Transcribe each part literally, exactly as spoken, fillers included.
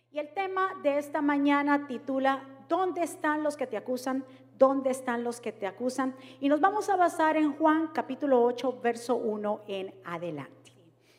Y el tema de esta mañana titula ¿Dónde están los que te acusan? ¿Dónde están los que te acusan? Y nos vamos a basar en Juan capítulo ocho, verso uno en adelante.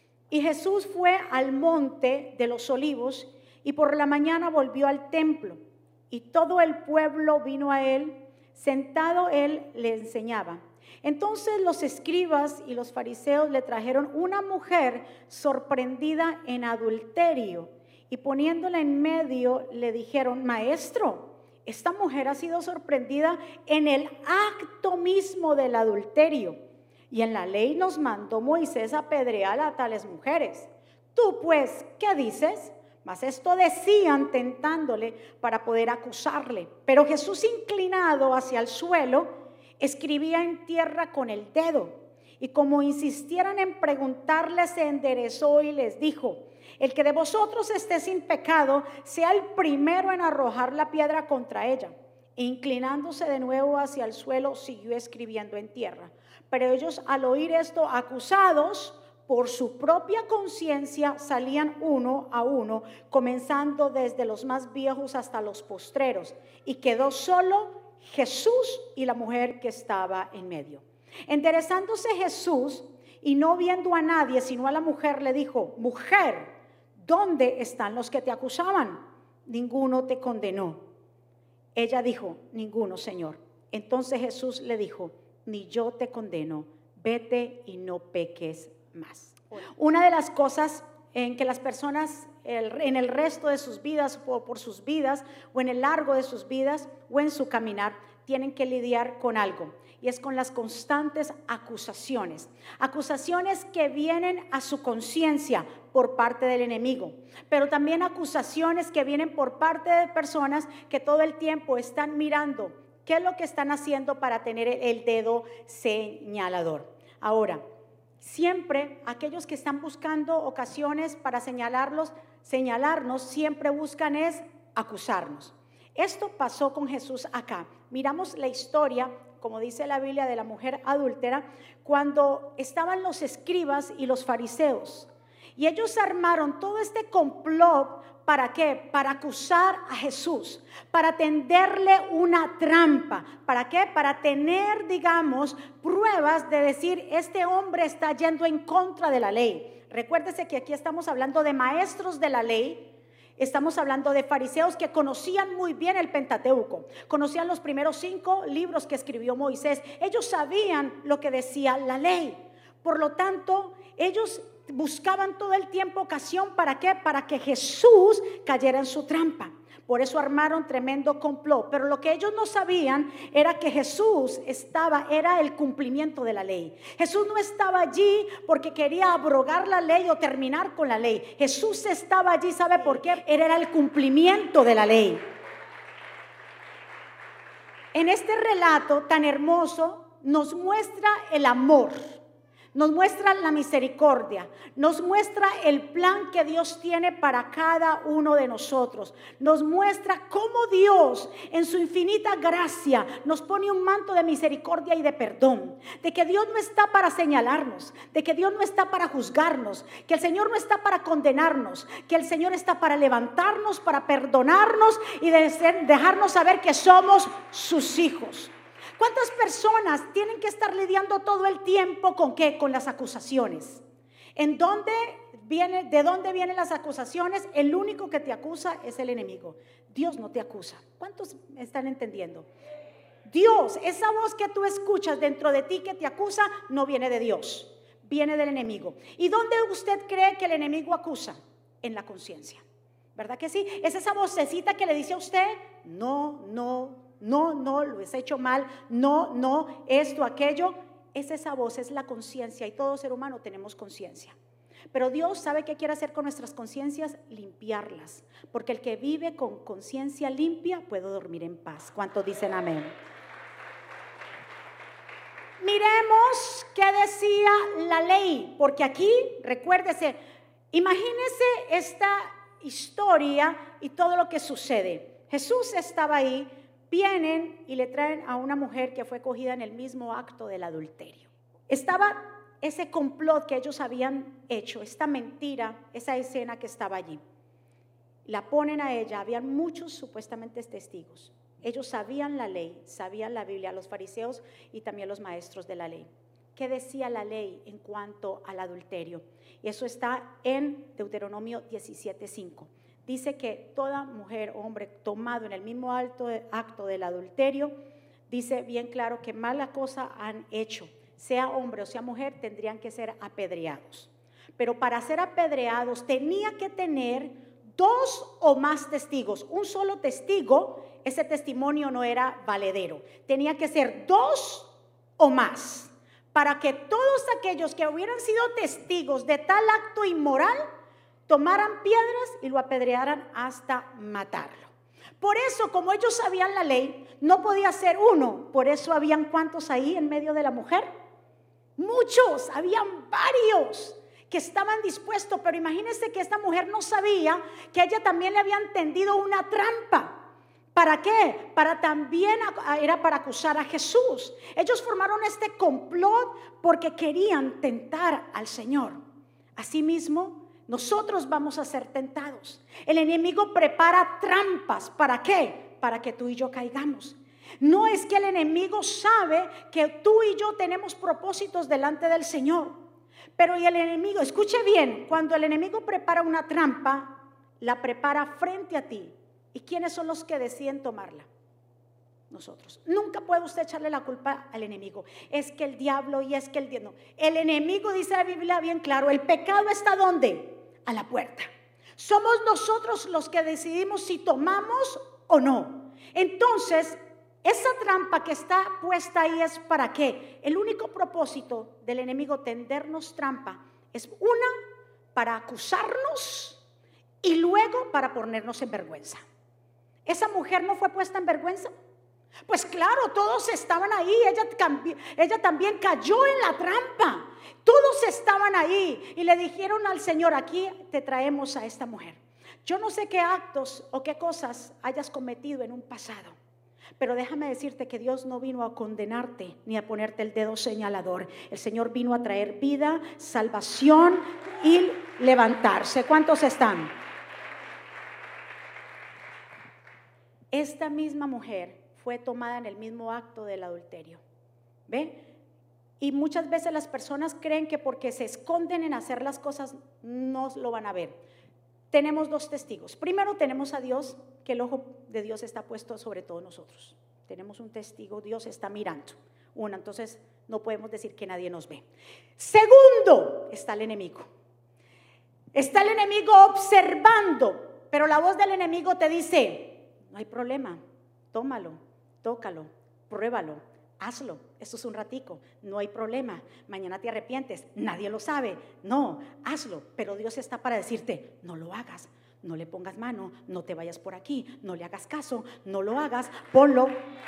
Y Jesús fue al monte de los olivos y por la mañana volvió al templo. Y todo el pueblo vino a él, sentado él le enseñaba. Entonces los escribas y los fariseos le trajeron una mujer sorprendida en adulterio y poniéndola en medio le dijeron: Maestro, esta mujer ha sido sorprendida en el acto mismo del adulterio y en la ley nos mandó Moisés apedrear a tales mujeres. Tú pues, ¿qué dices? Mas esto decían tentándole para poder acusarle. Pero Jesús, inclinado hacia el suelo, escribía en tierra con el dedo. Y como insistieran en preguntarle, se enderezó y les dijo: el que de vosotros esté sin pecado, sea el primero en arrojar la piedra contra ella. E inclinándose de nuevo hacia el suelo, siguió escribiendo en tierra. Pero ellos, al oír esto, acusados por su propia conciencia, salían uno a uno, comenzando desde los más viejos hasta los postreros. Y quedó solo Jesús y la mujer que estaba en medio. Enderezándose Jesús y no viendo a nadie sino a la mujer, le dijo: Mujer, ¿dónde están los que te acusaban? Ninguno te condenó. Ella dijo: Ninguno, Señor. Entonces Jesús le dijo: Ni yo te condeno, vete y no peques más. Una de las cosas en que las personas el, en el resto de sus vidas o por sus vidas o en el largo de sus vidas o en su caminar tienen que lidiar con algo, y es con las constantes acusaciones. Acusaciones que vienen a su conciencia por parte del enemigo, pero también acusaciones que vienen por parte de personas que todo el tiempo están mirando qué es lo que están haciendo para tener el dedo señalador. Ahora, siempre aquellos que están buscando ocasiones para señalarlos, señalarnos, siempre buscan es acusarnos. Esto pasó con Jesús acá. Miramos la historia, como dice la Biblia, de la mujer adúltera, cuando estaban los escribas y los fariseos. Y ellos armaron todo este complot, ¿para qué? Para acusar a Jesús, para tenderle una trampa. ¿Para qué? Para tener, digamos, pruebas de decir: este hombre está yendo en contra de la ley. Recuérdese que aquí estamos hablando de maestros de la ley. Estamos hablando de fariseos que conocían muy bien el Pentateuco, conocían los primeros cinco libros que escribió Moisés. Ellos sabían lo que decía la ley. Por lo tanto, ellos buscaban todo el tiempo ocasión, ¿para qué? Para que Jesús cayera en su trampa. Por eso armaron tremendo complot. Pero lo que ellos no sabían era que Jesús estaba, era el cumplimiento de la ley. Jesús no estaba allí porque quería abrogar la ley o terminar con la ley. Jesús estaba allí, ¿sabe por qué? Era el cumplimiento de la ley. En este relato tan hermoso nos muestra el amor, nos muestra la misericordia, nos muestra el plan que Dios tiene para cada uno de nosotros. Nos muestra cómo Dios en su infinita gracia nos pone un manto de misericordia y de perdón. De que Dios no está para señalarnos, de que Dios no está para juzgarnos, que el Señor no está para condenarnos, que el Señor está para levantarnos, para perdonarnos y de ser, dejarnos saber que somos sus hijos. ¿Cuántas personas tienen que estar lidiando todo el tiempo con qué? Con las acusaciones. ¿En dónde viene, de dónde vienen las acusaciones? El único que te acusa es el enemigo. Dios no te acusa. ¿Cuántos están entendiendo? Dios, esa voz que tú escuchas dentro de ti que te acusa, no viene de Dios, viene del enemigo. ¿Y dónde usted cree que el enemigo acusa? En la conciencia, ¿verdad que sí? Es esa vocecita que le dice a usted: no, no, no, no, lo has hecho mal, no, no, esto, aquello. Es esa voz, es la conciencia, y todo ser humano tenemos conciencia. Pero Dios sabe qué quiere hacer con nuestras conciencias: limpiarlas, porque el que vive con conciencia limpia puede dormir en paz. ¿Cuántos dicen amén? Miremos qué decía la ley, porque aquí, recuérdese, imagínese esta historia y todo lo que sucede. Jesús estaba ahí. Vienen y le traen a una mujer que fue cogida en el mismo acto del adulterio. Estaba ese complot que ellos habían hecho, esta mentira, esa escena que estaba allí. la ponen a ella. Habían muchos supuestamente testigos. Ellos sabían la ley, sabían la Biblia, los fariseos y también los maestros de la ley. ¿Qué decía la ley en cuanto al adulterio? Y eso está en Deuteronomio diecisiete cinco. Dice que toda mujer o hombre tomado en el mismo acto, acto del adulterio, dice bien claro que mala cosa han hecho, sea hombre o sea mujer, tendrían que ser apedreados. Pero para ser apedreados tenía que tener dos o más testigos. Un solo testigo, ese testimonio no era valedero. Tenía que ser dos o más, para que todos aquellos que hubieran sido testigos de tal acto inmoral tomaran piedras y lo apedrearan hasta matarlo. Por eso, como ellos sabían la ley, no podía ser uno. Por eso habían ¿cuántos ahí en medio de la mujer? Muchos, habían varios que estaban dispuestos. Pero imagínense que esta mujer no sabía que ella también le habían tendido una trampa. ¿Para qué? Para también, era para acusar a Jesús. Ellos formaron este complot porque querían tentar al Señor. Asimismo, nosotros vamos a ser tentados. El enemigo prepara trampas. ¿Para qué? Para que tú y yo caigamos. No es que el enemigo sabe que tú y yo tenemos propósitos delante del Señor. Pero y el enemigo, escuche bien, cuando el enemigo prepara una trampa, la prepara frente a ti. ¿Y quiénes son los que deciden tomarla? Nosotros. Nunca puede usted echarle la culpa al enemigo. Es que el diablo y es que el diablo. El enemigo, dice la Biblia bien claro, el pecado está ¿dónde? A la puerta. Somos nosotros los que decidimos si tomamos o no. Entonces, esa trampa que está puesta ahí es ¿para qué? El único propósito del enemigo tendernos trampa es una, para acusarnos y luego para ponernos en vergüenza. ¿Esa mujer no fue puesta en vergüenza? Pues claro, todos estaban ahí, ella, ella también cayó en la trampa. Todos estaban ahí y le dijeron al Señor: aquí te traemos a esta mujer. Yo no sé qué actos o qué cosas hayas cometido en un pasado, pero déjame decirte que Dios no vino a condenarte ni a ponerte el dedo señalador. El Señor vino a traer vida, salvación y levantarse. ¿Cuántos están? Esta misma mujer fue tomada en el mismo acto del adulterio. ¿Ve? Y muchas veces las personas creen que porque se esconden en hacer las cosas no lo van a ver. Tenemos dos testigos. Primero tenemos a Dios, que el ojo de Dios está puesto sobre todos nosotros. Tenemos un testigo, Dios está mirando. Una, entonces no podemos decir que nadie nos ve. Segundo, está el enemigo. Está el enemigo observando, pero la voz del enemigo te dice: no hay problema, tómalo, tócalo, pruébalo, hazlo, esto es un ratico, no hay problema, mañana te arrepientes, nadie lo sabe, no, hazlo. Pero Dios está para decirte: no lo hagas, no le pongas mano, no te vayas por aquí, no le hagas caso, no lo hagas, ponlo.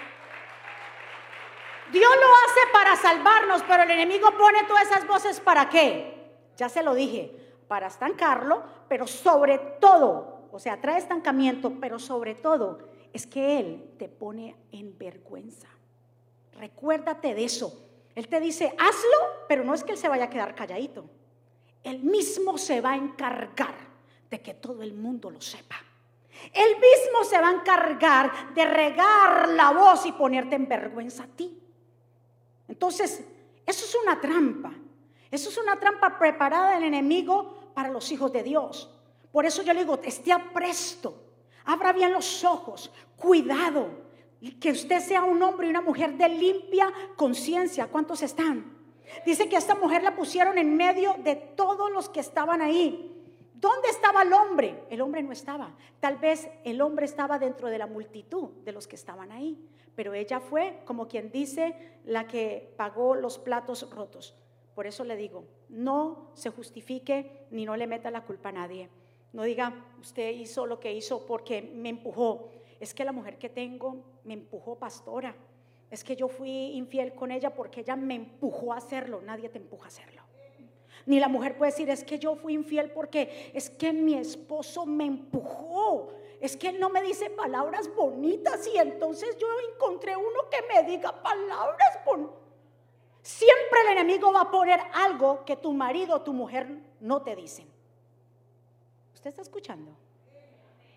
Dios lo hace para salvarnos, pero el enemigo pone todas esas voces ¿para qué? Ya se lo dije, para estancarlo, pero sobre todo, o sea, trae estancamiento, pero sobre todo es que Él te pone en vergüenza. Recuérdate de eso. Él te dice: hazlo, pero no es que Él se vaya a quedar calladito. Él mismo se va a encargar de que todo el mundo lo sepa. Él mismo se va a encargar de regar la voz y ponerte en vergüenza a ti. Entonces, eso es una trampa. Eso es una trampa preparada del enemigo para los hijos de Dios. Por eso yo le digo: esté apresto, abra bien los ojos, cuidado, que usted sea un hombre y una mujer de limpia conciencia. ¿Cuántos están? Dice que a esta mujer la pusieron en medio de todos los que estaban ahí. ¿Dónde estaba el hombre? El hombre no estaba. Tal vez el hombre estaba dentro de la multitud de los que estaban ahí, pero ella fue, como quien dice, la que pagó los platos rotos. Por eso le digo: no se justifique ni no le meta la culpa a nadie. No diga: usted hizo lo que hizo porque me empujó. Es que la mujer que tengo me empujó, pastora. Es que yo fui infiel con ella porque ella me empujó a hacerlo. Nadie te empuja a hacerlo. Ni la mujer puede decir: es que yo fui infiel porque es que mi esposo me empujó. Es que él no me dice palabras bonitas y entonces yo encontré uno que me diga palabras bonitas. Siempre el enemigo va a poner algo que tu marido o tu mujer no te dicen. ¿Usted está escuchando?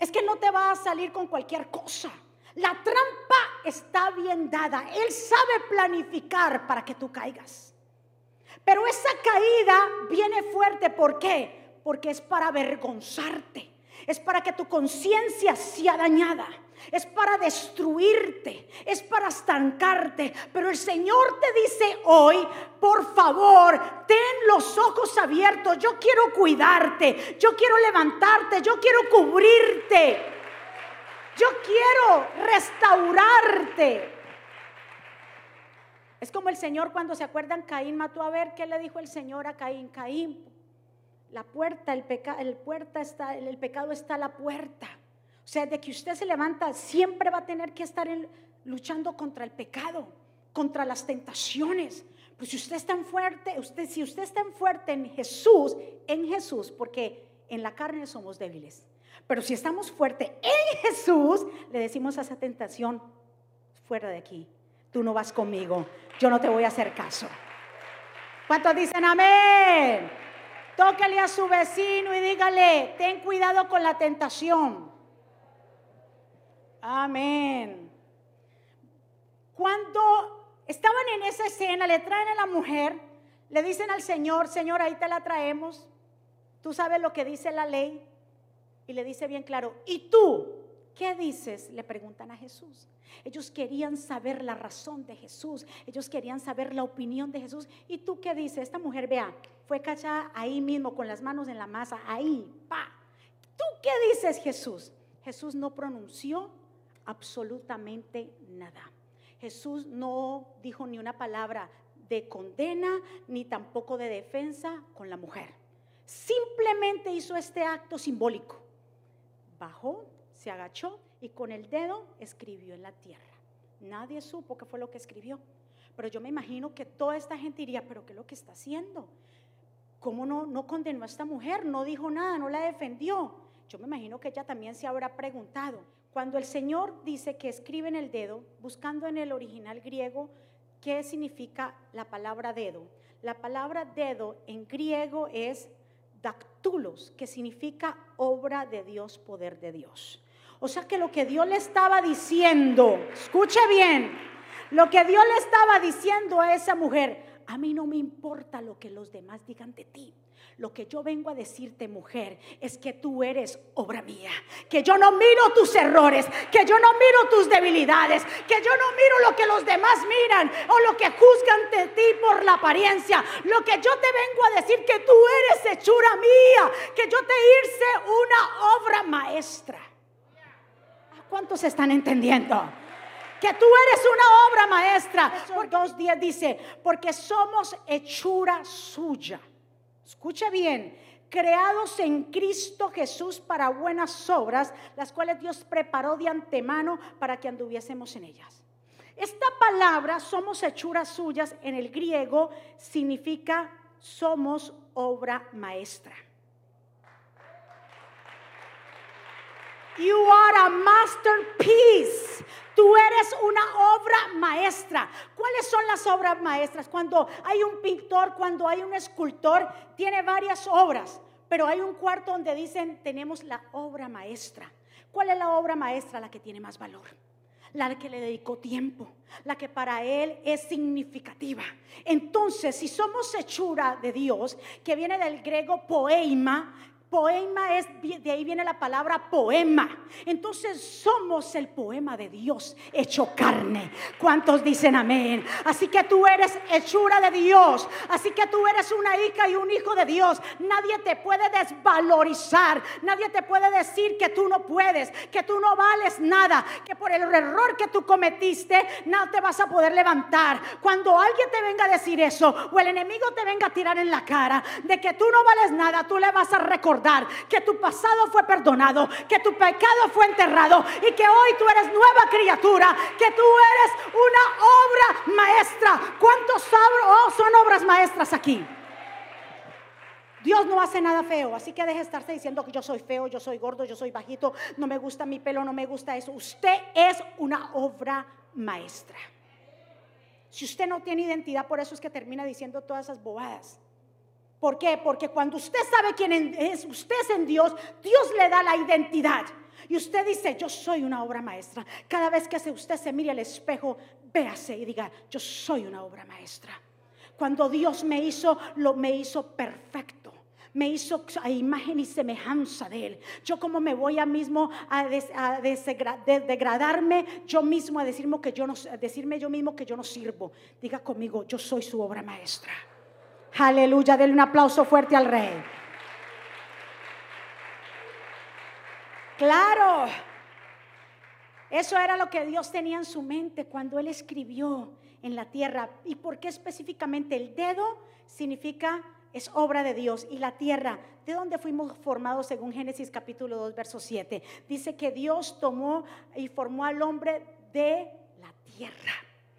Es que no te va a salir con cualquier cosa. La trampa está bien dada. Él sabe planificar para que tú caigas. Pero esa caída viene fuerte. ¿Por qué? Porque es para avergonzarte. Es para que tu conciencia sea dañada. Es para destruirte. Es para estancarte. Pero el Señor te dice hoy, por favor, ten los ojos abiertos. Yo quiero cuidarte. Yo quiero levantarte. Yo quiero cubrirte. Yo quiero restaurarte. Es como el Señor cuando se acuerdan, Caín mató a Abel. ¿Qué le dijo el Señor a Caín? Caín, la puerta, el, peca, el, puerta está, el, el pecado está a la puerta. O sea, de que usted se levanta, siempre va a tener que estar en, luchando contra el pecado, contra las tentaciones. Pues si usted es tan fuerte, usted, si usted es tan fuerte en Jesús, en Jesús, porque en la carne somos débiles. Pero si estamos fuertes en Jesús, le decimos a esa tentación, fuera de aquí, tú no vas conmigo, yo no te voy a hacer caso. ¿Cuántos dicen amén? Tóquele a su vecino y dígale, ten cuidado con la tentación. Amén. Cuando estaban en esa escena, le traen a la mujer, le dicen al Señor, Señor, ahí te la traemos, tú sabes lo que dice la ley. Y le dice bien claro, ¿y tú qué dices? Le preguntan a Jesús. Ellos querían saber la razón de Jesús. Ellos querían saber la opinión de Jesús. ¿Y tú qué dices? Esta mujer, vea, fue cachada ahí mismo con las manos en la masa, ahí, pa. ¿Tú qué dices, Jesús? Jesús no pronunció absolutamente nada. Jesús no dijo ni una palabra de condena, ni tampoco de defensa con la mujer. Simplemente hizo este acto simbólico. Bajó, se agachó y con el dedo escribió en la tierra. Nadie supo qué fue lo que escribió. Pero yo me imagino que toda esta gente diría, ¿pero qué es lo que está haciendo? ¿Cómo no, no condenó a esta mujer? No dijo nada, no la defendió. Yo me imagino que ella también se habrá preguntado. Cuando el Señor dice que escribe en el dedo, buscando en el original griego, ¿qué significa la palabra dedo? La palabra dedo en griego es dactulos, que significa obra de Dios, poder de Dios. O sea que lo que Dios le estaba diciendo, escuche bien, lo que Dios le estaba diciendo a esa mujer, a mí no me importa lo que los demás digan de ti. Lo que yo vengo a decirte, mujer, es que tú eres obra mía, que yo no miro tus errores, que yo no miro tus debilidades, que yo no miro lo que los demás miran o lo que juzgan de ti por la apariencia. Lo que yo te vengo a decir, que tú eres hechura mía, que yo te hice una obra maestra. ¿Cuántos están entendiendo? Que tú eres una obra maestra. Por dos días dice, porque somos hechura suya. Escuche bien, creados en Cristo Jesús para buenas obras, las cuales Dios preparó de antemano para que anduviésemos en ellas. Esta palabra, somos hechuras suyas, en el griego significa somos obra maestra. You are a masterpiece. Tú eres una obra maestra. ¿Cuáles son las obras maestras? Cuando hay un pintor, cuando hay un escultor, tiene varias obras, pero hay un cuarto donde dicen tenemos la obra maestra. ¿Cuál es la obra maestra? La que tiene más valor, la que le dedicó tiempo, la que para él es significativa. Entonces, si somos hechura de Dios, que viene del griego poema, poema es, de ahí viene la palabra poema. Entonces somos el poema de Dios hecho carne. ¿Cuántos dicen amén? Así que tú eres hechura de Dios. Así que tú eres una hija y un hijo de Dios. Nadie te puede desvalorizar. Nadie te puede decir que tú no puedes, que tú no vales nada, que por el error que tú cometiste no te vas a poder levantar. Cuando alguien te venga a decir eso, o el enemigo te venga a tirar en la cara de que tú no vales nada, tú le vas a recordar que tu pasado fue perdonado, que tu pecado fue enterrado y que hoy tú eres nueva criatura, que tú eres una obra maestra. ¿Cuántos oh, son obras maestras aquí? Dios no hace nada feo, así que deje de estarse diciendo que yo soy feo, yo soy gordo, yo soy bajito, no me gusta mi pelo, no me gusta eso. Usted es una obra maestra. Si usted no tiene identidad, por eso es que termina diciendo todas esas bobadas. ¿Por qué? Porque cuando usted sabe quién es usted en Dios, Dios le da la identidad. Y usted dice, yo soy una obra maestra. Cada vez que usted se mire al espejo, véase y diga, yo soy una obra maestra. Cuando Dios me hizo, lo me hizo perfecto. Me hizo a imagen y semejanza de Él. Yo como me voy a mismo a, des, a desegra, de, degradarme yo mismo, a decirme, que yo no, a decirme yo mismo que yo no sirvo. Diga conmigo, yo soy su obra maestra. Aleluya, denle un aplauso fuerte al Rey. Claro, eso era lo que Dios tenía en su mente cuando Él escribió en la tierra. ¿Y por qué específicamente el dedo significa? Es obra de Dios. Y la tierra, ¿de dónde fuimos formados? Según Génesis capítulo dos verso siete, dice que Dios tomó y formó al hombre de la tierra.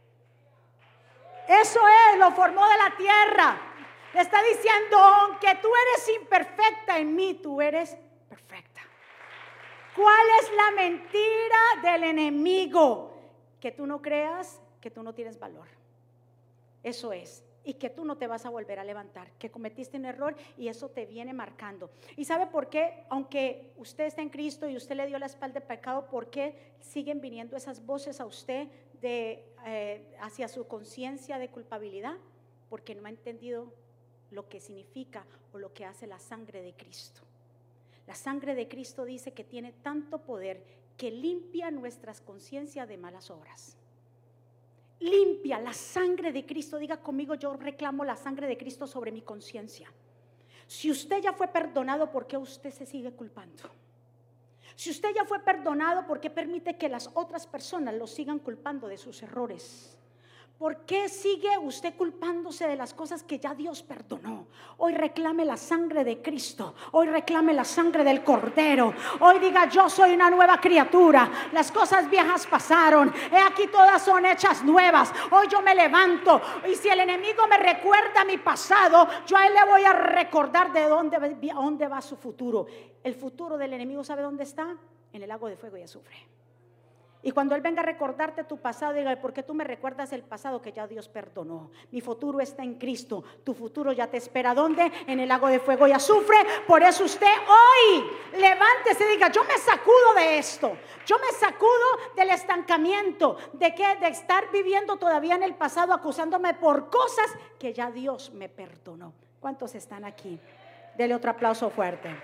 Eso es, lo formó de la tierra. Le está diciendo, aunque tú eres imperfecta, en mí tú eres perfecta. ¿Cuál es la mentira del enemigo? Que tú no creas que tú no tienes valor. Eso es. Y que tú no te vas a volver a levantar, que cometiste un error y eso te viene marcando. ¿Y sabe por qué? Aunque usted está en Cristo y usted le dio la espalda al pecado, ¿por qué siguen viniendo esas voces a usted de, eh, hacia su conciencia de culpabilidad? Porque no ha entendido lo que significa o lo que hace la sangre de Cristo. La sangre de Cristo dice que tiene tanto poder que limpia nuestras conciencias de malas obras. Limpia la sangre de Cristo. Diga conmigo, yo reclamo la sangre de Cristo sobre mi conciencia. Si usted ya fue perdonado, ¿por qué usted se sigue culpando? Si usted ya fue perdonado, ¿por qué permite que las otras personas lo sigan culpando de sus errores? ¿Por qué sigue usted culpándose de las cosas que ya Dios perdonó? Hoy reclame la sangre de Cristo. Hoy reclame la sangre del Cordero. Hoy diga, yo soy una nueva criatura. Las cosas viejas pasaron. He aquí todas son hechas nuevas. Hoy yo me levanto. Y si el enemigo me recuerda mi pasado, yo a él le voy a recordar de dónde, a dónde va su futuro. El futuro del enemigo, ¿sabe dónde está? En el lago de fuego y azufre. Y cuando Él venga a recordarte tu pasado, diga, ¿por qué tú me recuerdas el pasado que ya Dios perdonó? Mi futuro está en Cristo. Tu futuro ya te espera. ¿Dónde? En el lago de fuego y azufre. Por eso usted hoy levántese y diga, yo me sacudo de esto. Yo me sacudo del estancamiento. ¿De qué? De estar viviendo todavía en el pasado acusándome por cosas que ya Dios me perdonó. ¿Cuántos están aquí? Dele otro aplauso fuerte.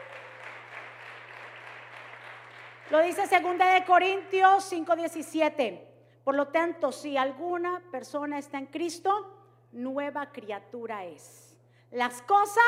Lo dice segunda de Corintios cinco diecisiete. Por lo tanto, si alguna persona está en Cristo, nueva criatura es. Las cosas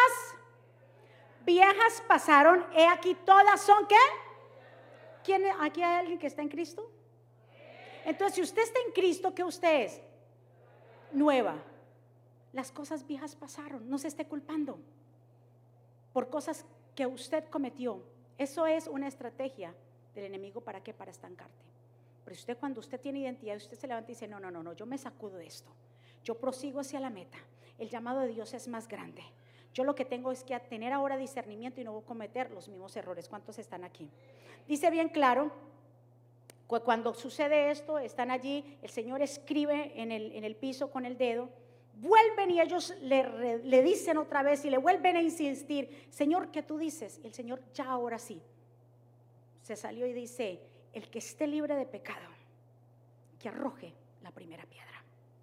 viejas pasaron, he aquí todas son ¿qué? ¿Quién, aquí hay alguien que está en Cristo? Entonces, si usted está en Cristo, ¿qué usted es? Nueva. Las cosas viejas pasaron, no se esté culpando por cosas que usted cometió. Eso es una estrategia del enemigo. ¿Para qué? Para estancarte. Pero usted, cuando usted tiene identidad, usted se levanta y dice, no, no, no, no, yo me sacudo de esto, yo prosigo hacia la meta. El llamado de Dios es más grande. Yo lo que tengo es que tener ahora discernimiento y no voy a cometer los mismos errores. ¿Cuántos están aquí? Dice bien claro, cuando sucede esto, están allí, el Señor escribe en el, en el piso con el dedo, vuelven y ellos le, le dicen otra vez y le vuelven a insistir, Señor, ¿qué tú dices? Y el Señor ya ahora sí se salió y dice, el que esté libre de pecado, que arroje la primera piedra.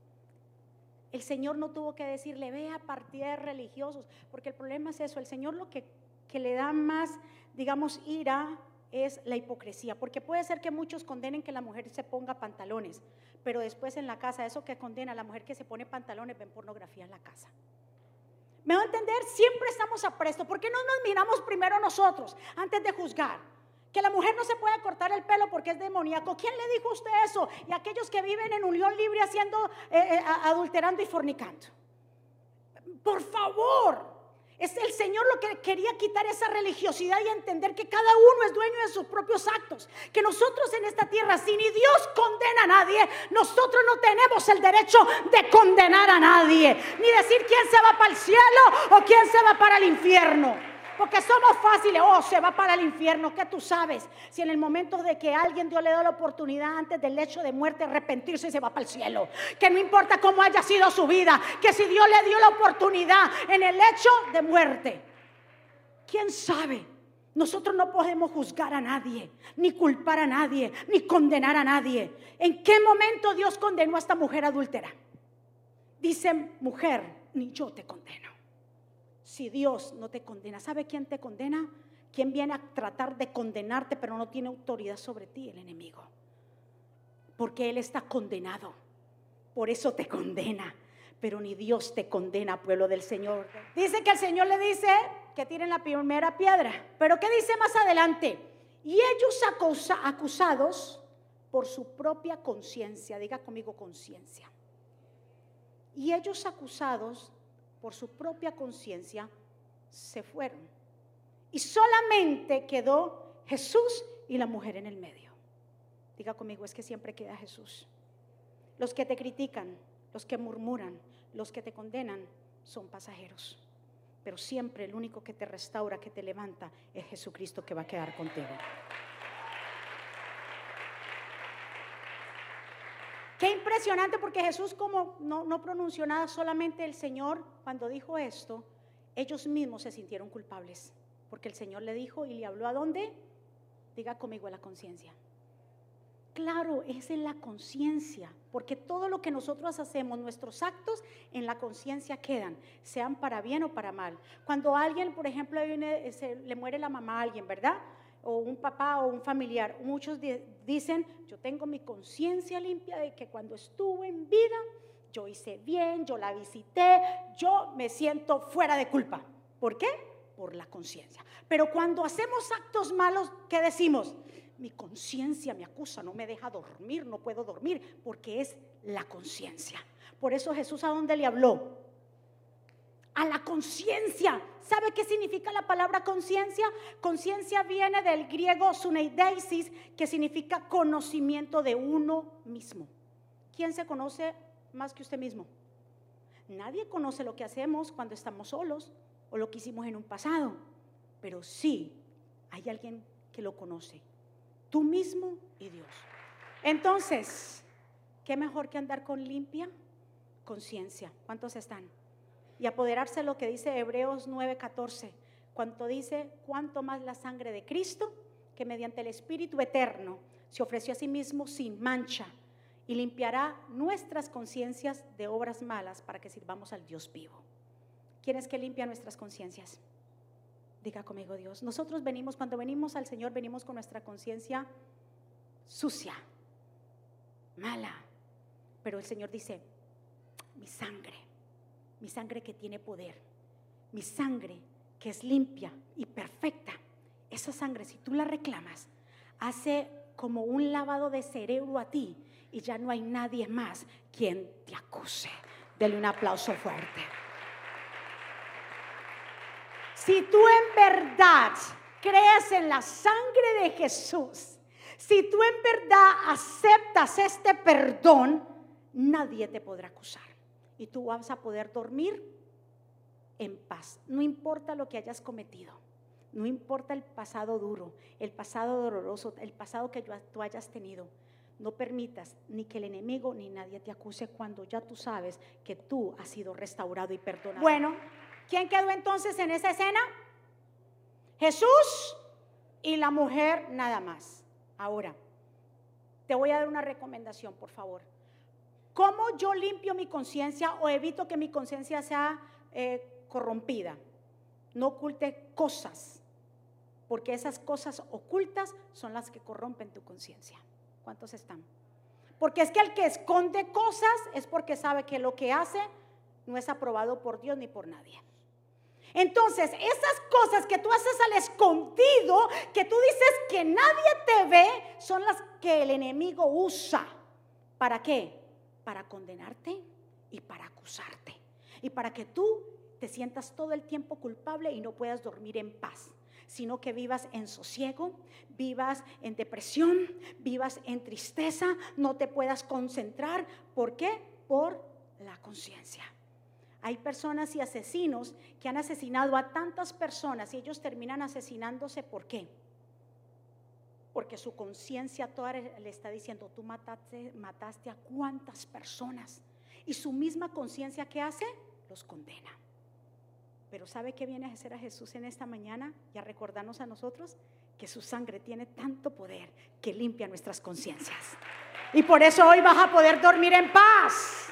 El Señor no tuvo que decirle, ve a partidos religiosos, porque el problema es eso. El Señor lo que, que le da más, digamos, ira es la hipocresía, porque puede ser que muchos condenen que la mujer se ponga pantalones, pero después en la casa, eso que condena a la mujer que se pone pantalones, ven pornografía en la casa. ¿Me va a entender? Siempre estamos a presto. ¿Por qué no nos miramos primero nosotros antes de juzgar? Que la mujer no se puede cortar el pelo porque es demoníaco. ¿Quién le dijo a usted eso? Y aquellos que viven en unión libre haciendo, eh, eh, adulterando y fornicando. Por favor, es el Señor lo que quería quitar esa religiosidad y entender que cada uno es dueño de sus propios actos. Que nosotros en esta tierra, si ni Dios condena a nadie, nosotros no tenemos el derecho de condenar a nadie, ni decir quién se va para el cielo o quién se va para el infierno. Porque somos fáciles, oh, se va para el infierno. ¿Qué tú sabes? Si en el momento de que alguien Dios le da la oportunidad antes del hecho de muerte arrepentirse, se va para el cielo. Que no importa cómo haya sido su vida, que si Dios le dio la oportunidad en el hecho de muerte, ¿quién sabe? Nosotros no podemos juzgar a nadie, ni culpar a nadie, ni condenar a nadie. ¿En qué momento Dios condenó a esta mujer adúltera? Dice, mujer, ni yo te condeno. Si Dios no te condena, ¿sabe quién te condena? ¿Quién viene a tratar de condenarte pero no tiene autoridad sobre ti? El enemigo. Porque él está condenado. Por eso te condena. Pero ni Dios te condena, pueblo del Señor. Dice que el Señor le dice que tiren la primera piedra. Pero ¿qué dice más adelante? Y ellos acusa, acusados por su propia conciencia. Diga conmigo, conciencia. Y ellos acusados por su propia conciencia se fueron. Y solamente quedó Jesús y la mujer en el medio. Diga conmigo, es que siempre queda Jesús. Los que te critican, los que murmuran, los que te condenan son pasajeros. Pero siempre el único que te restaura, que te levanta, es Jesucristo, que va a quedar contigo. Qué impresionante, porque Jesús, como no, no pronunció nada, solamente el Señor, cuando dijo esto, ellos mismos se sintieron culpables, porque el Señor le dijo y le habló ¿a dónde? Diga conmigo, a la conciencia. Claro, es en la conciencia, porque todo lo que nosotros hacemos, nuestros actos en la conciencia quedan, sean para bien o para mal. Cuando alguien, por ejemplo, viene, se, le muere la mamá a alguien, ¿verdad? O un papá o un familiar, muchos di- dicen, yo tengo mi conciencia limpia de que cuando estuve en vida, yo hice bien, yo la visité, yo me siento fuera de culpa. ¿Por qué? Por la conciencia. Pero cuando hacemos actos malos, ¿qué decimos? Mi conciencia me acusa, no me deja dormir, no puedo dormir, porque es la conciencia. Por eso Jesús, ¿a dónde le habló? A la conciencia. ¿Sabe qué significa la palabra conciencia? Conciencia viene del griego suneidesis, que significa conocimiento de uno mismo. ¿Quién se conoce más que usted mismo? Nadie conoce lo que hacemos cuando estamos solos o lo que hicimos en un pasado, pero sí hay alguien que lo conoce, tú mismo y Dios. Entonces, ¿qué mejor que andar con limpia conciencia? ¿Cuántos están? Y apoderarse de lo que dice Hebreos nueve catorce, cuanto dice, cuanto más la sangre de Cristo, que mediante el Espíritu eterno se ofreció a sí mismo sin mancha, y limpiará nuestras conciencias de obras malas para que sirvamos al Dios vivo. ¿Quién es que limpia nuestras conciencias? Diga conmigo, Dios. Nosotros venimos, cuando venimos al Señor, venimos con nuestra conciencia sucia, mala, pero el Señor dice, mi sangre, mi sangre que tiene poder, mi sangre que es limpia y perfecta, esa sangre, si tú la reclamas, hace como un lavado de cerebro a ti y ya no hay nadie más quien te acuse. Dele un aplauso fuerte. Si tú en verdad crees en la sangre de Jesús, si tú en verdad aceptas este perdón, nadie te podrá acusar y tú vas a poder dormir en paz. No importa lo que hayas cometido, no importa el pasado duro, el pasado doloroso, el pasado que tú hayas tenido. No permitas ni que el enemigo ni nadie te acuse cuando ya tú sabes que tú has sido restaurado y perdonado. Bueno, ¿quién quedó entonces en esa escena? Jesús y la mujer nada más. Ahora, te voy a dar una recomendación, por favor. ¿Cómo yo limpio mi conciencia o evito que mi conciencia sea eh, corrompida? No oculte cosas, porque esas cosas ocultas son las que corrompen tu conciencia. ¿Cuántos están? Porque es que el que esconde cosas es porque sabe que lo que hace no es aprobado por Dios ni por nadie. Entonces, esas cosas que tú haces al escondido, que tú dices que nadie te ve, son las que el enemigo usa. ¿Para qué? Para condenarte y para acusarte. Y para que tú te sientas todo el tiempo culpable y no puedas dormir en paz, sino que vivas en sosiego, vivas en depresión, vivas en tristeza, no te puedas concentrar. ¿Por qué? Por la conciencia. Hay personas y asesinos que han asesinado a tantas personas y ellos terminan asesinándose. ¿Por qué? Porque su conciencia toda le está diciendo, tú mataste, mataste a cuántas personas. Y su misma conciencia, ¿qué hace? Los condena. Pero ¿sabe qué viene a hacer a Jesús en esta mañana? Y a recordarnos a nosotros que su sangre tiene tanto poder que limpia nuestras conciencias. Y por eso hoy vas a poder dormir en paz.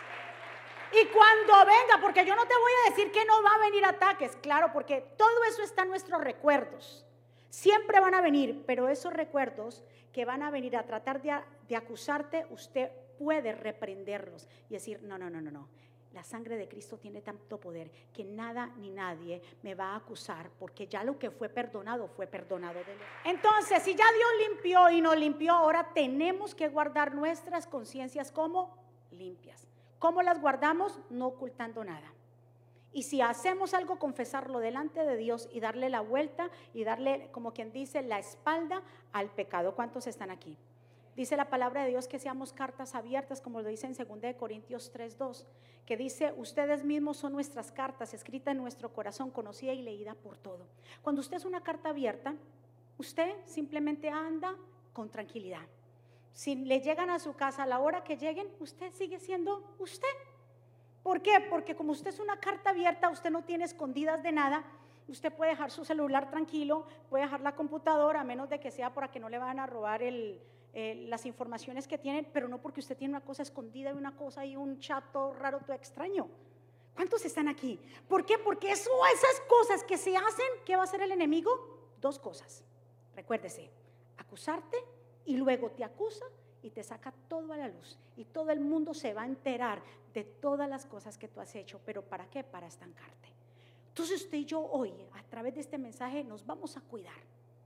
Y cuando venga, porque yo no te voy a decir que no va a venir ataques, claro, porque todo eso está en nuestros recuerdos. Siempre van a venir, pero esos recuerdos que van a venir a tratar de, de acusarte, usted puede reprenderlos y decir, no, no, no, no, no. La sangre de Cristo tiene tanto poder que nada ni nadie me va a acusar, porque ya lo que fue perdonado fue perdonado de él. Entonces, si ya Dios limpió y nos limpió, ahora tenemos que guardar nuestras conciencias como limpias. ¿Cómo las guardamos? No ocultando nada. Y si hacemos algo, confesarlo delante de Dios y darle la vuelta y darle, como quien dice, la espalda al pecado. ¿Cuántos están aquí? Dice la palabra de Dios que seamos cartas abiertas, como lo dice en segunda de Corintios tres dos, que dice, ustedes mismos son nuestras cartas, escritas en nuestro corazón, conocida y leída por todo. Cuando usted es una carta abierta, usted simplemente anda con tranquilidad. Si le llegan a su casa a la hora que lleguen, usted sigue siendo usted. ¿Por qué? Porque como usted es una carta abierta, usted no tiene escondidas de nada. Usted puede dejar su celular tranquilo, puede dejar la computadora, a menos de que sea para que no le vayan a robar el, eh, las informaciones que tienen, pero no porque usted tiene una cosa escondida y una cosa y un chat todo raro, todo extraño. ¿Cuántos están aquí? ¿Por qué? Porque eso, esas cosas que se hacen, ¿qué va a hacer el enemigo? Dos cosas. Recuérdese, acusarte y luego te acusa y te saca todo a la luz y todo el mundo se va a enterar de todas las cosas que tú has hecho. ¿Pero para qué? Para estancarte. Entonces usted y yo hoy, a través de este mensaje, nos vamos a cuidar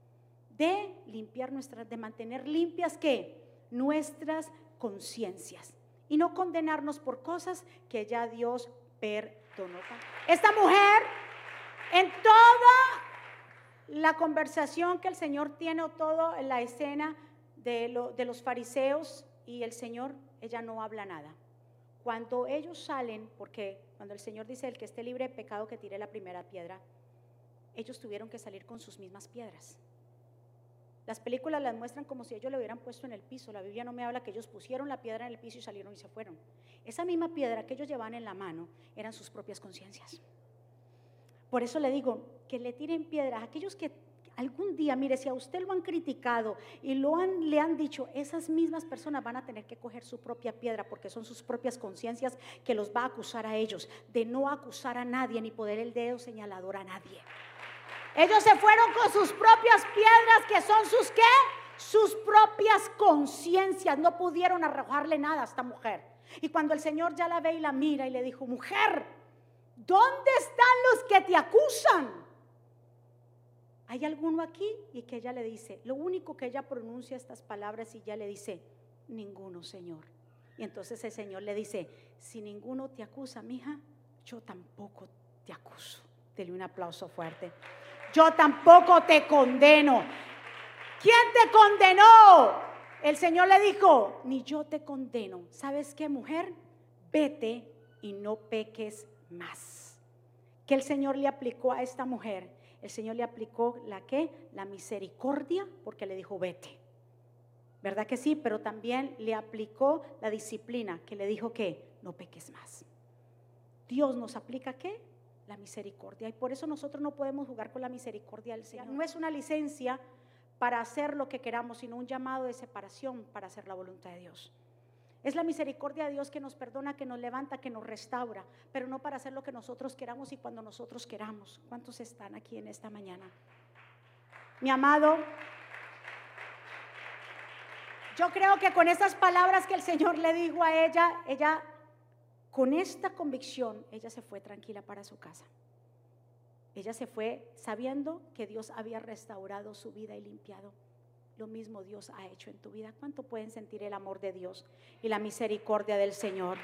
de limpiar nuestras, de mantener limpias ¿qué? Nuestras conciencias y no condenarnos por cosas que ya Dios perdonó. Esta mujer, en toda la conversación que el Señor tiene o toda la escena de, lo, de los fariseos y el Señor, ella no habla nada. Cuando ellos salen, porque cuando el Señor dice el que esté libre de pecado que tire la primera piedra, ellos tuvieron que salir con sus mismas piedras. Las películas las muestran como si ellos lo hubieran puesto en el piso. La Biblia no me habla que ellos pusieron la piedra en el piso y salieron y se fueron. Esa misma piedra que ellos llevaban en la mano eran sus propias conciencias. Por eso le digo que le tiren piedras a aquellos que algún día, mire, si a usted lo han criticado y lo han, le han dicho, esas mismas personas van a tener que coger su propia piedra, porque son sus propias conciencias que los va a acusar a ellos de no acusar a nadie ni poner el dedo señalador a nadie. Ellos se fueron con sus propias piedras, que son sus ¿qué? Sus propias conciencias. No pudieron arrojarle nada a esta mujer. Y cuando el Señor ya la ve y la mira y le dijo, mujer, ¿dónde están los que te acusan? ¿Hay alguno aquí? Y que ella le dice, lo único que ella pronuncia estas palabras y ella le dice, ninguno, Señor. Y entonces el Señor le dice, si ninguno te acusa, mija, yo tampoco te acuso. Dele un aplauso fuerte. Yo tampoco te condeno. ¿Quién te condenó? El Señor le dijo, ni yo te condeno. ¿Sabes qué, mujer? Vete y no peques más. ¿Qué el Señor le aplicó a esta mujer? El Señor le aplicó la ¿qué? La misericordia, porque le dijo vete. ¿Verdad que sí? Pero también le aplicó la disciplina, que le dijo que no peques más. Dios nos aplica ¿qué? La misericordia. Y por eso nosotros no podemos jugar con la misericordia del Señor. No es una licencia para hacer lo que queramos, sino un llamado de separación para hacer la voluntad de Dios. Es la misericordia de Dios que nos perdona, que nos levanta, que nos restaura, pero no para hacer lo que nosotros queramos y cuando nosotros queramos. ¿Cuántos están aquí en esta mañana? Mi amado, yo creo que con esas palabras que el Señor le dijo a ella, ella, con esta convicción, ella se fue tranquila para su casa. Ella se fue sabiendo que Dios había restaurado su vida y limpiado. Lo mismo Dios ha hecho en tu vida. ¿Cuánto pueden sentir el amor de Dios y la misericordia del Señor?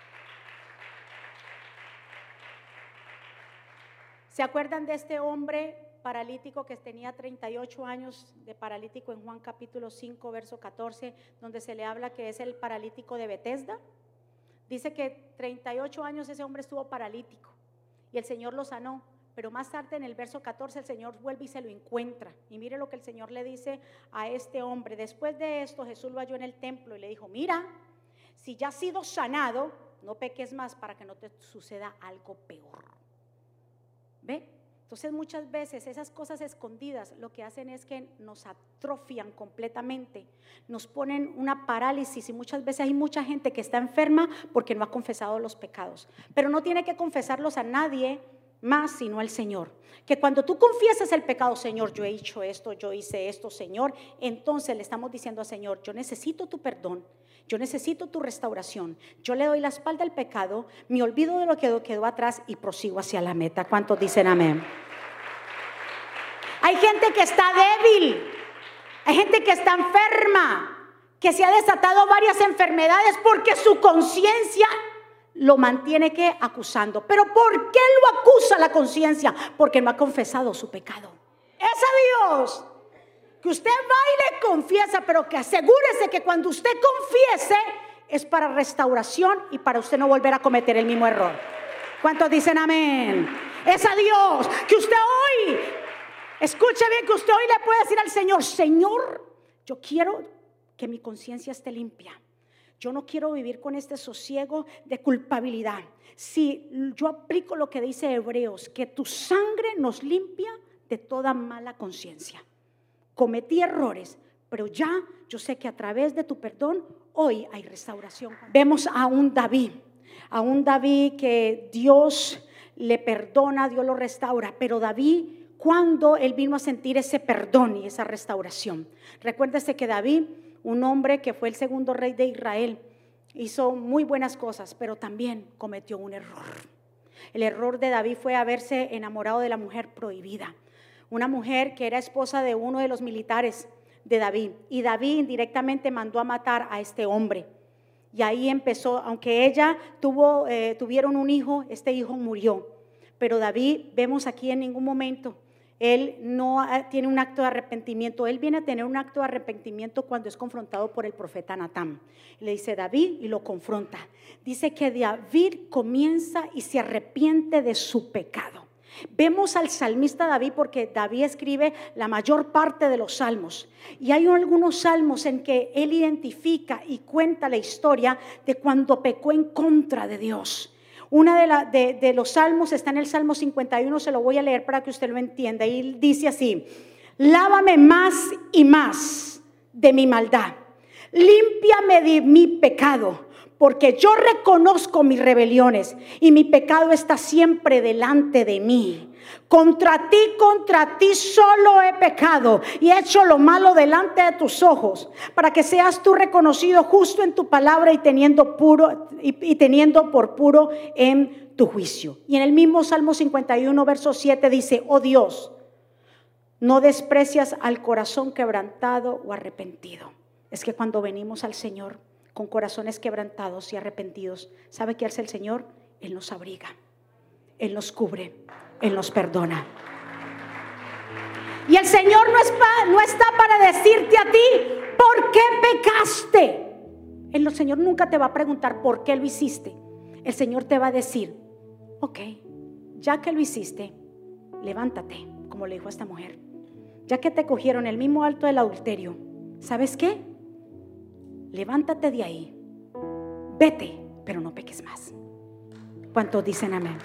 ¿Se acuerdan de este hombre paralítico que tenía treinta y ocho años de paralítico en Juan capítulo cinco, verso catorce, donde se le habla que es el paralítico de Betesda? Dice que treinta y ocho años ese hombre estuvo paralítico y el Señor lo sanó. Pero más tarde en el verso catorce el Señor vuelve y se lo encuentra. Y mire lo que el Señor le dice a este hombre. Después de esto Jesús lo halló en el templo y le dijo, mira, si ya has sido sanado, no peques más para que no te suceda algo peor. ¿Ve? Entonces muchas veces esas cosas escondidas lo que hacen es que nos atrofian completamente, nos ponen una parálisis, y muchas veces hay mucha gente que está enferma porque no ha confesado los pecados, pero no tiene que confesarlos a nadie más sino al Señor. Que cuando tú confiesas el pecado, Señor, yo he hecho esto, yo hice esto, Señor, entonces le estamos diciendo al Señor, yo necesito tu perdón, yo necesito tu restauración, yo le doy la espalda al pecado, me olvido de lo que quedó atrás y prosigo hacia la meta. ¿Cuántos dicen amén? Hay gente que está débil, hay gente que está enferma, que se ha desatado varias enfermedades porque su conciencia lo mantiene que acusando. Pero ¿por qué lo acusa la conciencia? Porque no ha confesado su pecado. Es a Dios que usted va y le confiesa, pero que asegúrese que cuando usted confiese es para restauración y para usted no volver a cometer el mismo error. ¿Cuántos dicen amén? Es a Dios que usted hoy, escuche bien, que usted hoy le puede decir al Señor, Señor, yo quiero que mi conciencia esté limpia. Yo no quiero vivir con este sosiego de culpabilidad. Si yo aplico lo que dice Hebreos, que tu sangre nos limpia de toda mala conciencia. Cometí errores, pero ya yo sé que a través de tu perdón hoy hay restauración. Vemos a un David, a un David que Dios le perdona, Dios lo restaura, pero David, cuando él vino a sentir ese perdón y esa restauración, recuérdese que David, un hombre que fue el segundo rey de Israel, hizo muy buenas cosas, pero también cometió un error. El error de David fue haberse enamorado de la mujer prohibida, una mujer que era esposa de uno de los militares de David, y David indirectamente mandó a matar a este hombre. Y ahí empezó, aunque ella tuvo, eh, tuvieron un hijo, este hijo murió, pero David, vemos aquí en ningún momento él no tiene un acto de arrepentimiento. Él viene a tener un acto de arrepentimiento cuando es confrontado por el profeta Natán. Le dice David y lo confronta. Dice que David comienza y se arrepiente de su pecado. Vemos al salmista David, porque David escribe la mayor parte de los salmos, y hay algunos salmos en que él identifica y cuenta la historia de cuando pecó en contra de Dios. Una de, la, de, de los salmos está en el Salmo cincuenta y uno, se lo voy a leer para que usted lo entienda, y dice así: lávame más y más de mi maldad, límpiame de mi pecado, porque yo reconozco mis rebeliones y mi pecado está siempre delante de mí. Contra ti, contra ti solo he pecado y he hecho lo malo delante de tus ojos, para que seas tú reconocido justo en tu palabra y teniendo puro y, y teniendo por puro en tu juicio. Y en el mismo Salmo cincuenta y uno, verso siete dice: oh Dios, no desprecias al corazón quebrantado o arrepentido. Es que cuando venimos al Señor con corazones quebrantados y arrepentidos, ¿sabe qué hace el Señor? Él nos abriga, Él nos cubre, Él nos perdona. Y el Señor no, es pa, no está para decirte a ti ¿por qué pecaste? El Señor nunca te va a preguntar por qué lo hiciste. El Señor te va a decir: ok, ya que lo hiciste, levántate, como le dijo a esta mujer. Ya que te cogieron el mismo acto del adulterio, ¿sabes qué? Levántate de ahí, vete, pero no peques más. ¿Cuántos dicen amén?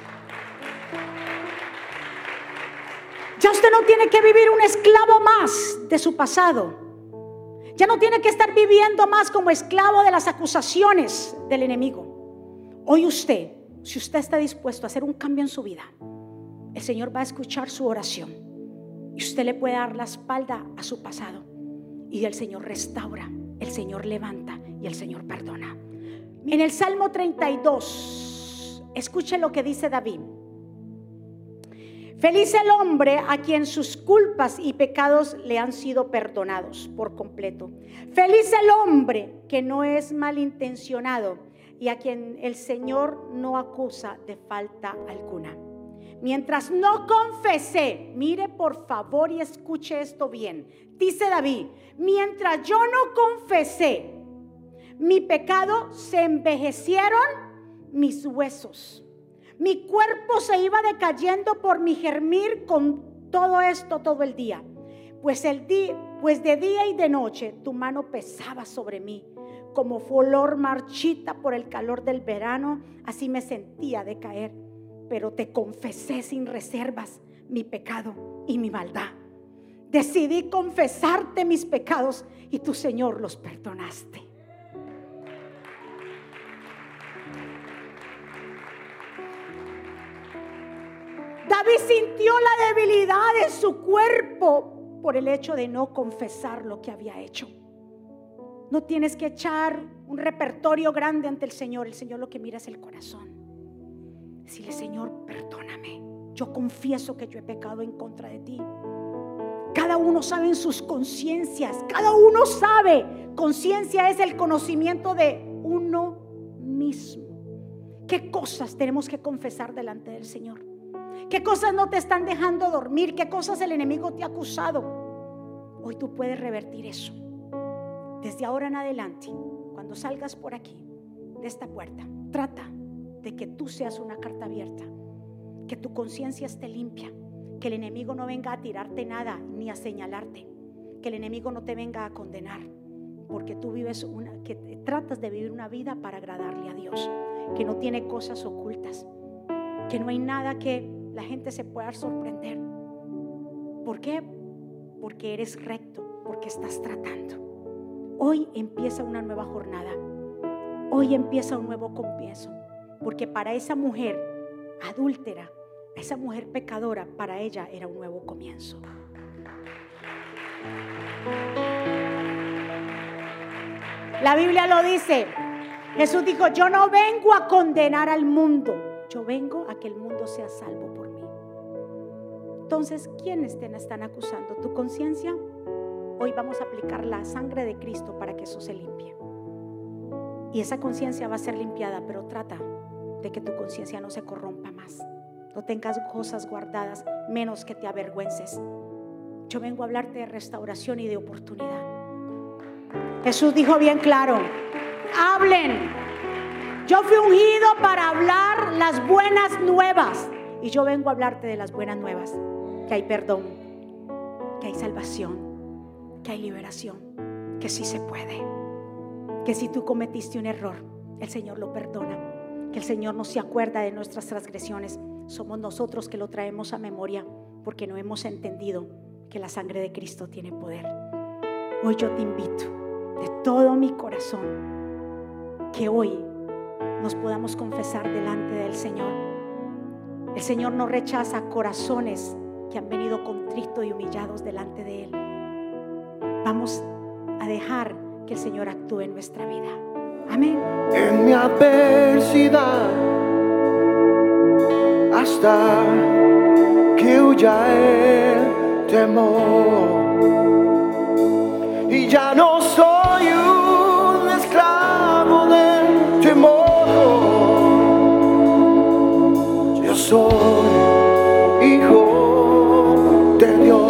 Ya usted no tiene que vivir un esclavo más de su pasado. Ya no tiene que estar viviendo más como esclavo de las acusaciones del enemigo. Hoy usted, si usted está dispuesto a hacer un cambio en su vida, el Señor va a escuchar su oración y usted le puede dar la espalda a su pasado, y el Señor restaura, el Señor levanta y el Señor perdona. En el Salmo treinta y dos, escuche lo que dice David: feliz el hombre a quien sus culpas y pecados le han sido perdonados por completo. Feliz el hombre que no es malintencionado y a quien el Señor no acusa de falta alguna. Mientras no confesé, mire por favor y escuche esto bien. Dice David: mientras yo no confesé mi pecado, se envejecieron mis huesos. Mi cuerpo se iba decayendo por mi gemir con todo esto todo el día. Pues, el día, pues de día y de noche tu mano pesaba sobre mí. Como flor marchita por el calor del verano, así me sentía decaer. pero te confesé sin reservas mi pecado y mi maldad. Decidí confesarte mis pecados y tú, Señor, los perdonaste. David sintió la debilidad de su cuerpo por el hecho de no confesar lo que había hecho. No tienes que echar un repertorio grande ante el Señor. El Señor lo que mira es el corazón. Decirle: Señor, perdóname. Yo confieso que yo he pecado en contra de ti. Cada uno sabe en sus conciencias. Cada uno sabe. Conciencia es el conocimiento de uno mismo. ¿Qué cosas tenemos que confesar delante del Señor? ¿Qué cosas no te están dejando dormir? ¿Qué cosas el enemigo te ha acusado? Hoy tú puedes revertir eso. Desde ahora en adelante, cuando salgas por aquí, de esta puerta, trata de que tú seas una carta abierta, que tu conciencia esté limpia, que el enemigo no venga a tirarte nada ni a señalarte, que el enemigo no te venga a condenar, porque tú vives una, que tratas de vivir una vida para agradarle a Dios, que no tiene cosas ocultas, que no hay nada que la gente se pueda sorprender. ¿Por qué? Porque eres recto, porque estás tratando. Hoy empieza una nueva jornada. Hoy empieza un nuevo comienzo. Porque para esa mujer adúltera, esa mujer pecadora, para ella era un nuevo comienzo. La Biblia lo dice. Jesús dijo: yo no vengo a condenar al mundo, yo vengo a que el mundo sea salvo por mí. Entonces, ¿quiénes te están acusando? ¿Tu conciencia? Hoy vamos a aplicar la sangre de Cristo para que eso se limpie. Y esa conciencia va a ser limpiada, pero trata de que tu conciencia no se corrompa más. No tengas cosas guardadas, menos que te avergüences. Yo vengo a hablarte de restauración y de oportunidad. Jesús dijo bien claro: hablen. Yo fui ungido para hablar las buenas nuevas. Y yo vengo a hablarte de las buenas nuevas. Que hay perdón, que hay salvación, que hay liberación, que sí se puede, que si tú cometiste un error, el Señor lo perdona, que el Señor no se acuerda de nuestras transgresiones. Somos nosotros que lo traemos a memoria porque no hemos entendido que la sangre de Cristo tiene poder. Hoy yo te invito de todo mi corazón que hoy nos podamos confesar delante del Señor. El Señor no rechaza corazones que han venido contritos y humillados delante de Él. Vamos a dejar que el Señor actúe en nuestra vida. Amén. En mi adversidad, hasta que huya el temor, y ya no soy un esclavo del temor. Yo soy hijo de Dios.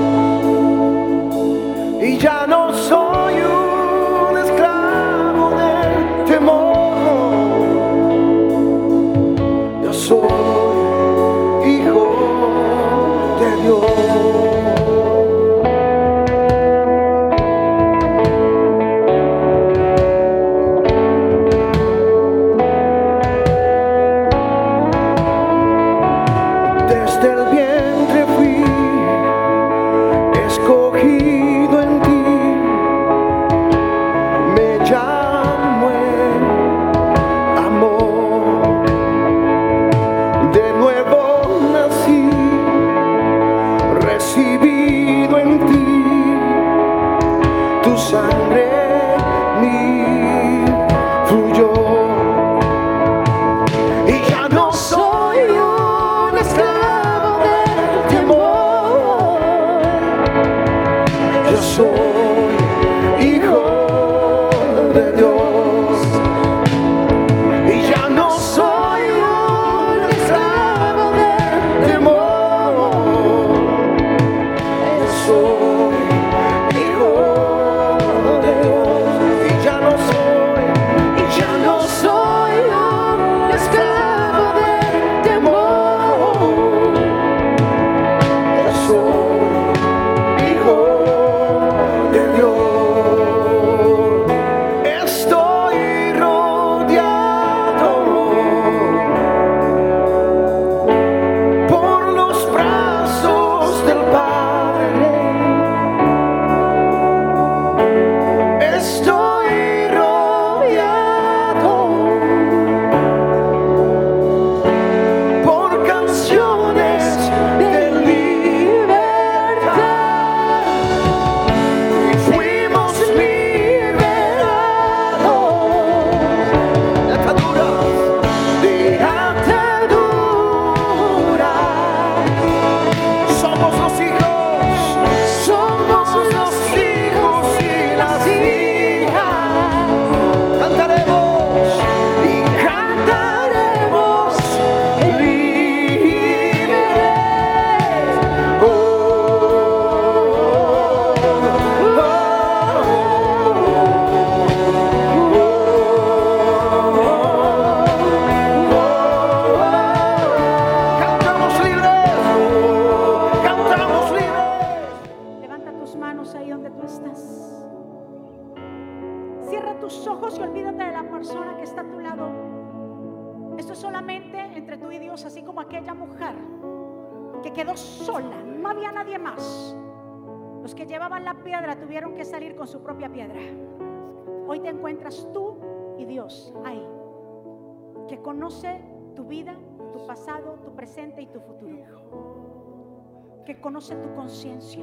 Y ya no soy un esclavo del temor. Yo soy hijo de Dios. Desde el vientre fui escogido en ti, me llamo el amor, de nuevo nací, recibido en ti, tu sangre mi fluyó, y ya no soy un esclavo del temor. Yo soy hijo de Dios, y ya no soy un esclavo del temor. Yo soy hijo de Dios, y ya no soy, y ya no soy un esclavo del temor. Yo soy hijo de Dios. Estoy Cierra tus ojos y olvídate de la persona que está a tu lado. Esto es solamente entre tú y Dios, así como aquella mujer que quedó sola, no había nadie más. Los que llevaban la piedra tuvieron que salir con su propia piedra. Hoy te encuentras tú y Dios ahí, que conoce tu vida, tu pasado, tu presente y tu futuro, que conoce tu conciencia.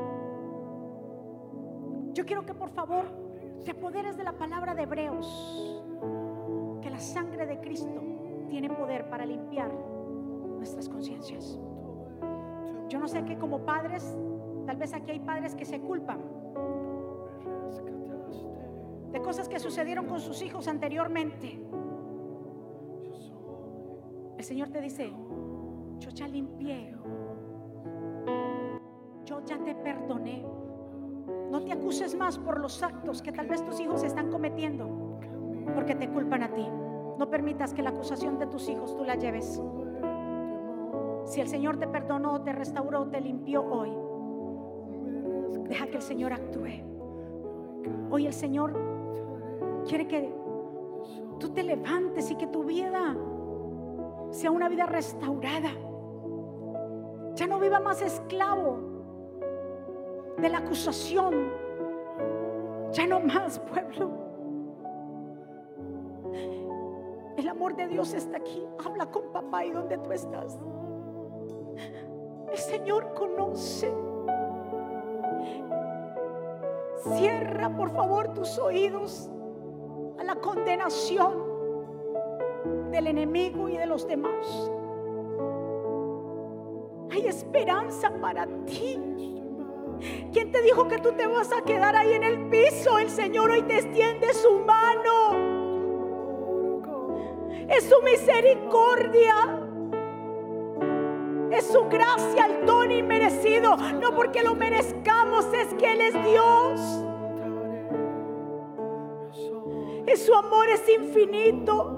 Yo quiero que por favor te apoderes de la palabra de Hebreos, que la sangre de Cristo tiene poder para limpiar nuestras conciencias. Yo no sé qué, como padres, tal vez aquí hay padres que se culpan de cosas que sucedieron con sus hijos anteriormente. El Señor te dice: yo ya limpié, yo ya te perdoné. No te acuses más por los actos que tal vez tus hijos están cometiendo, porque te culpan a ti. No permitas que la acusación de tus hijos tú la lleves. Si el Señor te perdonó, te restauró, te limpió hoy, deja que el Señor actúe. Hoy el Señor quiere que tú te levantes y que tu vida sea una vida restaurada. Ya no viva más esclavo de la acusación. Ya no más, pueblo. El amor de Dios está aquí. Habla con papá y donde tú estás. El Señor conoce. Cierra por favor tus oídos a la condenación del enemigo y de los demás. Hay esperanza para ti. ¿Quién te dijo que tú te vas a quedar ahí en el piso? El Señor hoy te extiende su mano. Es su misericordia, es su gracia, el don inmerecido. No porque lo merezcamos, es que Él es Dios. Y su amor es infinito.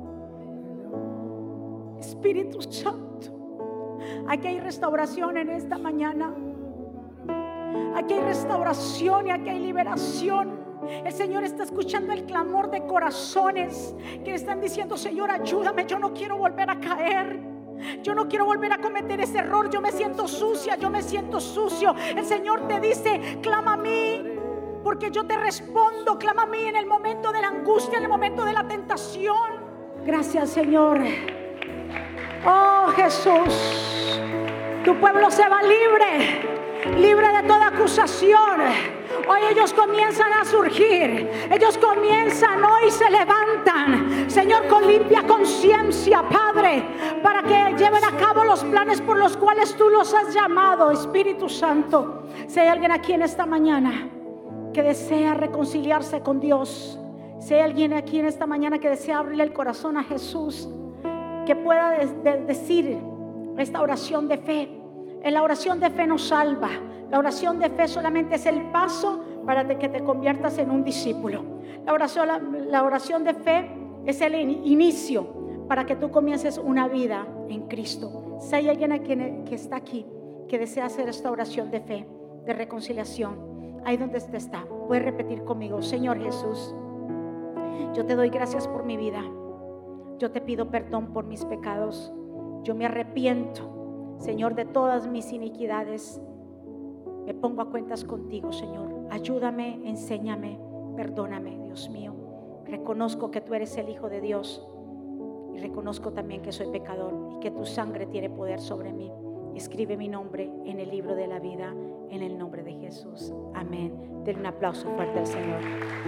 Espíritu Santo, aquí hay restauración en esta mañana. Aquí hay restauración y aquí hay liberación. El Señor está escuchando el clamor de corazones que están diciendo: Señor, ayúdame, yo no quiero volver a caer, yo no quiero volver a cometer ese error, yo me siento sucia, yo me siento sucio. El Señor te dice: clama a mí, porque yo te respondo. Clama a mí en el momento de la angustia, en el momento de la tentación. Gracias, Señor. Oh, Jesús, tu pueblo se va libre, libre de toda acusación. Hoy ellos comienzan a surgir, ellos comienzan hoy, se levantan, Señor, con limpia conciencia, Padre, para que lleven a cabo los planes por los cuales tú los has llamado. Espíritu Santo, si hay alguien aquí en esta mañana que desea reconciliarse con Dios, si hay alguien aquí en esta mañana que desea abrirle el corazón a Jesús, que pueda de- de- decir esta oración de fe. En la oración de fe nos salva. La oración de fe solamente es el paso para que te conviertas en un discípulo. La oración, la, la oración de fe es el in- inicio para que tú comiences una vida en Cristo. Si hay alguien aquí, que está aquí que desea hacer esta oración de fe, de reconciliación, ahí donde usted está, puede repetir conmigo: Señor Jesús, yo te doy gracias por mi vida. Yo te pido perdón por mis pecados. Yo me arrepiento, Señor, de todas mis iniquidades. Me pongo a cuentas contigo, Señor. Ayúdame, enséñame, perdóname, Dios mío. Reconozco que tú eres el Hijo de Dios y reconozco también que soy pecador y que tu sangre tiene poder sobre mí. Escribe mi nombre en el libro de la vida, en el nombre de Jesús. Amén. Denle un aplauso fuerte al Señor.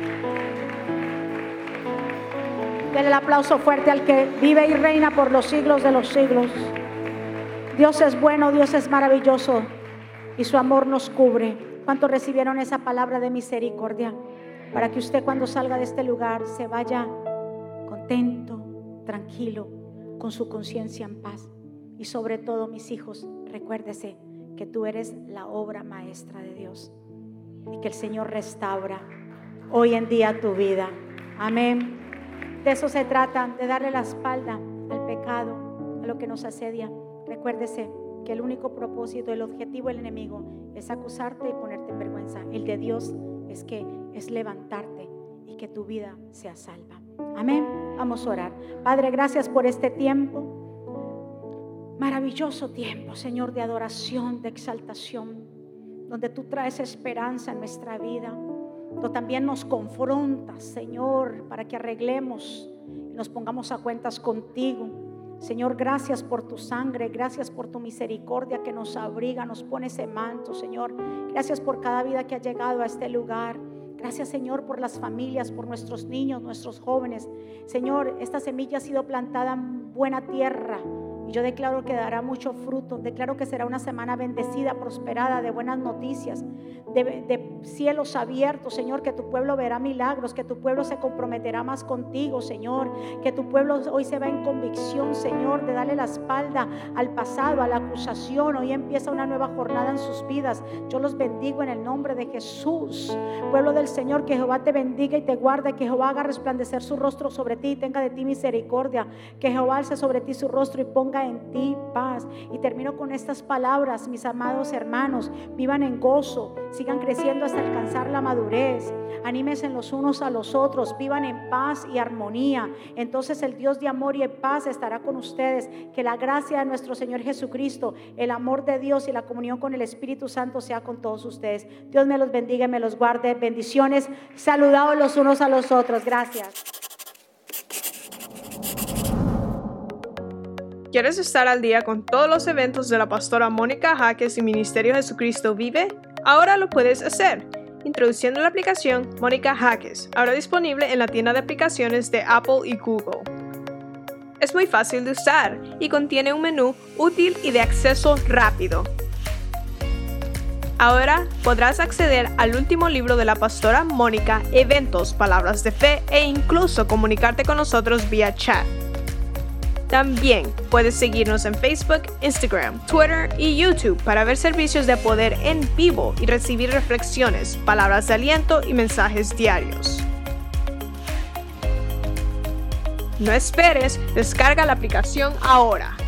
Denle el aplauso fuerte al que vive y reina por los siglos de los siglos. Dios es bueno, Dios es maravilloso y su amor nos cubre. ¿Cuántos recibieron esa palabra de misericordia? Para que usted, cuando salga de este lugar, se vaya contento, tranquilo, con su conciencia en paz. Y sobre todo, mis hijos, recuérdese que tú eres la obra maestra de Dios y que el Señor restaura hoy en día tu vida. Amén. De eso se trata, de darle la espalda al pecado, a lo que nos asedia. Recuérdese que el único propósito, el objetivo del enemigo es acusarte y ponerte en vergüenza. El de Dios es que es levantarte y que tu vida sea salva. Amén. Vamos a orar. Padre, gracias por este tiempo. Maravilloso tiempo, Señor, de adoración, de exaltación, donde tú traes esperanza en nuestra vida, donde también nos confrontas, Señor, para que arreglemos y nos pongamos a cuentas contigo. Señor, gracias por tu sangre, gracias por tu misericordia que nos abriga, nos pone ese manto, Señor. Gracias por cada vida que ha llegado a este lugar. Gracias, Señor, por las familias, por nuestros niños, nuestros jóvenes. Señor, esta semilla ha sido plantada en buena tierra y yo declaro que dará mucho fruto. Declaro que será una semana bendecida, prosperada, de buenas noticias, de, de cielos abiertos, Señor, que tu pueblo verá milagros, que tu pueblo se comprometerá más contigo, Señor, que tu pueblo hoy se va en convicción, Señor, de darle la espalda al pasado, a la acusación. Hoy empieza una nueva jornada en sus vidas. Yo los bendigo en el nombre de Jesús. Pueblo del Señor, que Jehová te bendiga y te guarde, que Jehová haga resplandecer su rostro sobre ti y tenga de ti misericordia, que Jehová alce sobre ti su rostro y ponga en ti paz. Y termino con estas palabras, mis amados hermanos: vivan en gozo, sigan creciendo hasta alcanzar la madurez, anímense los unos a los otros, vivan en paz y armonía. Entonces el Dios de amor y de paz estará con ustedes. Que la gracia de nuestro Señor Jesucristo, el amor de Dios y la comunión con el Espíritu Santo sea con todos ustedes. Dios me los bendiga y me los guarde. Bendiciones, saludados los unos a los otros. Gracias. ¿Quieres estar al día con todos los eventos de la pastora Mónica Jaques y Ministerio Jesucristo Vive? Ahora lo puedes hacer introduciendo la aplicación Mónica Jaques, ahora disponible en la tienda de aplicaciones de Apple y Google. Es muy fácil de usar y contiene un menú útil y de acceso rápido. Ahora podrás acceder al último libro de la pastora Mónica, eventos, palabras de fe e incluso comunicarte con nosotros vía chat. También puedes seguirnos en Facebook, Instagram, Twitter y YouTube para ver servicios de poder en vivo y recibir reflexiones, palabras de aliento y mensajes diarios. No esperes, descarga la aplicación ahora.